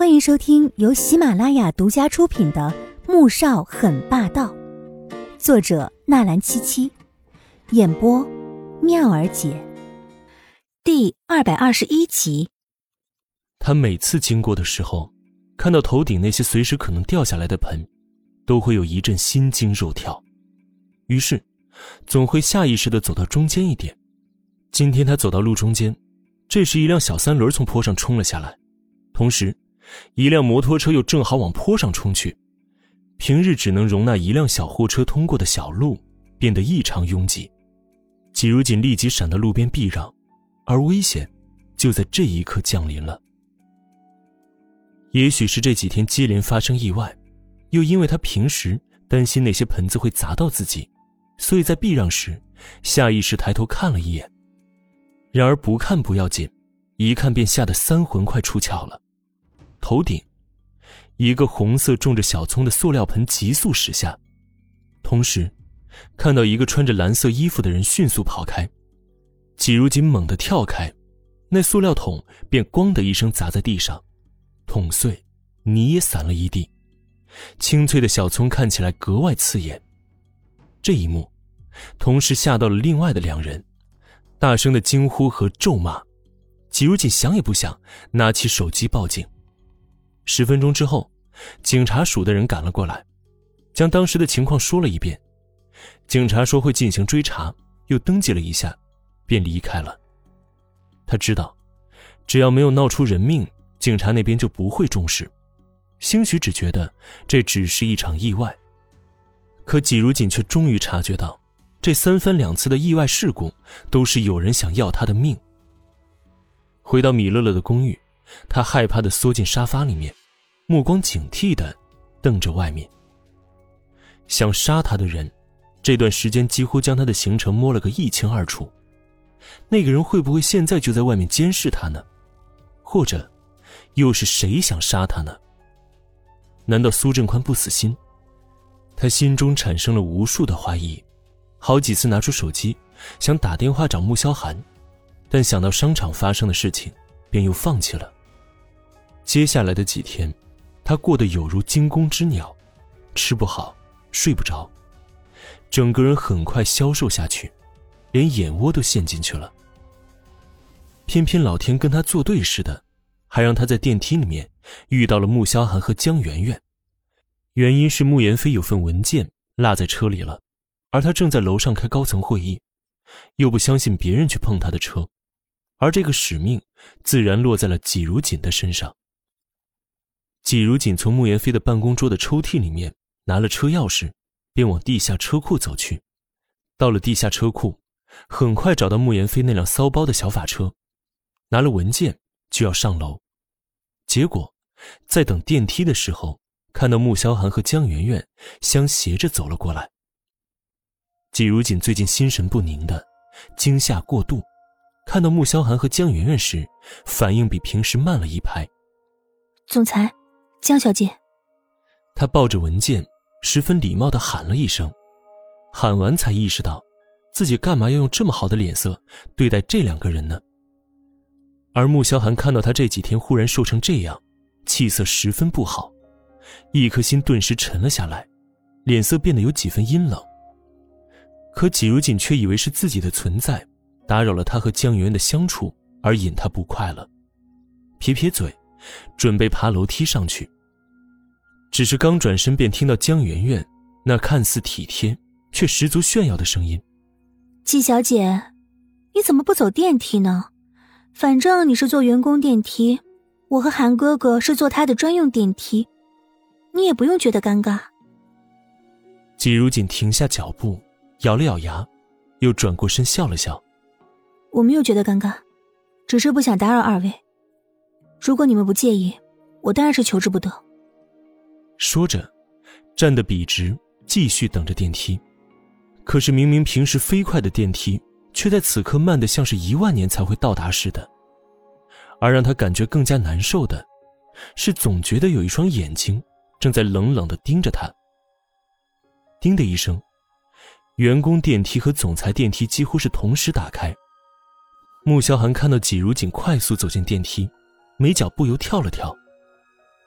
欢迎收听由喜马拉雅独家出品的《穆少很霸道》，作者纳兰七七，演播妙儿姐，第221集。 他每次经过的时候，看到头顶那些随时可能掉下来的盆，都会有一阵心惊肉跳，于是总会下意识地走到中间一点。今天他走到路中间，这时一辆小三轮从坡上冲了下来，同时一辆摩托车又正好往坡上冲去。平日只能容纳一辆小货车通过的小路变得异常拥挤，季如锦立即闪到路边避让，而危险就在这一刻降临了。也许是这几天接连发生意外，又因为他平时担心那些盆子会砸到自己，所以在避让时下意识抬头看了一眼。然而不看不要紧，一看便吓得三魂快出窍了。头顶一个红色种着小葱的塑料盆急速驶下，同时看到一个穿着蓝色衣服的人迅速跑开。季如锦猛地跳开，那塑料桶便咣的一声砸在地上，桶碎，泥也散了一地，清脆的小葱看起来格外刺眼。这一幕同时吓到了另外的两人，大声的惊呼和咒骂。季如锦想也不想，拿起手机报警。10分钟之后，警察署的人赶了过来，将当时的情况说了一遍。警察说会进行追查，又登记了一下，便离开了。他知道，只要没有闹出人命，警察那边就不会重视，兴许只觉得这只是一场意外。可季如锦却终于察觉到，这3番2次的意外事故都是有人想要他的命。回到米乐乐的公寓，他害怕地缩进沙发里面，目光警惕地瞪着外面。想杀他的人这段时间几乎将他的行程摸了个一清二楚，那个人会不会现在就在外面监视他呢？或者又是谁想杀他呢？难道苏振宽不死心？他心中产生了无数的怀疑，好几次拿出手机想打电话找穆萧寒，但想到商场发生的事情便又放弃了。接下来的几天，他过得有如惊弓之鸟，吃不好睡不着，整个人很快消瘦下去，连眼窝都陷进去了。偏偏老天跟他作对似的，还让他在电梯里面遇到了穆萧寒和江媛媛。原因是穆言飞有份文件落在车里了，而他正在楼上开高层会议，又不相信别人去碰他的车，而这个使命自然落在了季如锦的身上。季如锦从穆言飞的办公桌的抽屉里面拿了车钥匙，便往地下车库走去。到了地下车库，很快找到穆言飞那辆骚包的小法车，拿了文件就要上楼。结果在等电梯的时候，看到穆萧寒和江媛媛相携着走了过来。季如锦最近心神不宁的，惊吓过度，看到穆萧寒和江媛媛时，反应比平时慢了一拍。 总裁，江小姐。 他抱着文件十分礼貌地喊了一声，喊完才意识到自己干嘛要用这么好的脸色对待这两个人呢？而穆萧寒看到他这几天忽然瘦成这样，气色十分不好，一颗心顿时沉了下来，脸色变得有几分阴冷。可季如锦却以为是自己的存在打扰了他和江媛媛的相处而引他不快了，撇撇嘴准备爬楼梯上去。只是刚转身便听到江媛媛那看似体贴却十足炫耀的声音： 季小姐，你怎么不走电梯呢？反正你是坐员工电梯，我和韩哥哥是坐他的专用电梯，你也不用觉得尴尬。 季如锦停下脚步，咬了咬牙，又转过身笑了笑： 我没有觉得尴尬，只是不想打扰二位，如果你们不介意，我当然是求之不得。 说着站得笔直，继续等着电梯。可是明明平时飞快的电梯，却在此刻慢得像是1万年才会到达似的。而让他感觉更加难受的是，总觉得有一双眼睛正在冷冷地盯着他。叮的一声，员工电梯和总裁电梯几乎是同时打开。穆萧寒看到季如锦快速走进电梯，眉角不由跳了跳。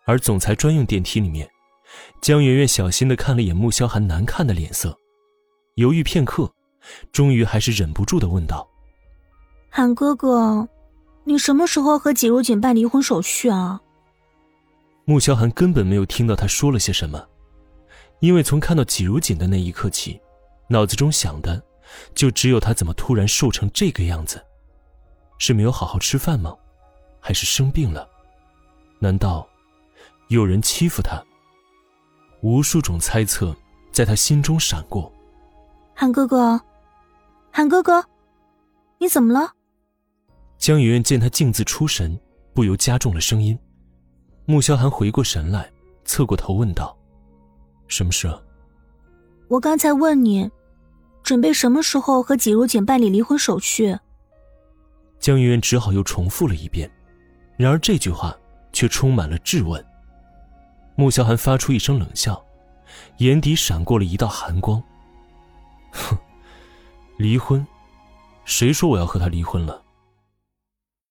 而总裁专用电梯里面，江媛媛小心地看了眼穆萧寒难看的脸色，犹豫片刻，终于还是忍不住地问道： 韩哥哥，你什么时候和季如锦办离婚手续啊？ 穆萧寒根本没有听到他说了些什么，因为从看到季如锦的那一刻起，脑子中想的就只有他怎么突然瘦成这个样子。是没有好好吃饭吗？还是生病了？难道有人欺负他？无数种猜测在他心中闪过。 韩哥哥，韩哥哥，你怎么了？ 江媛媛见他径自出神，不由加重了声音。穆萧寒回过神来，侧过头问道：什么事啊？ 我刚才问你，准备什么时候和季如锦办理离婚手续？ 江媛媛只好又重复了一遍，然而这句话却充满了质问。穆萧寒发出一声冷笑，眼底闪过了一道寒光。哼，离婚？谁说我要和他离婚了？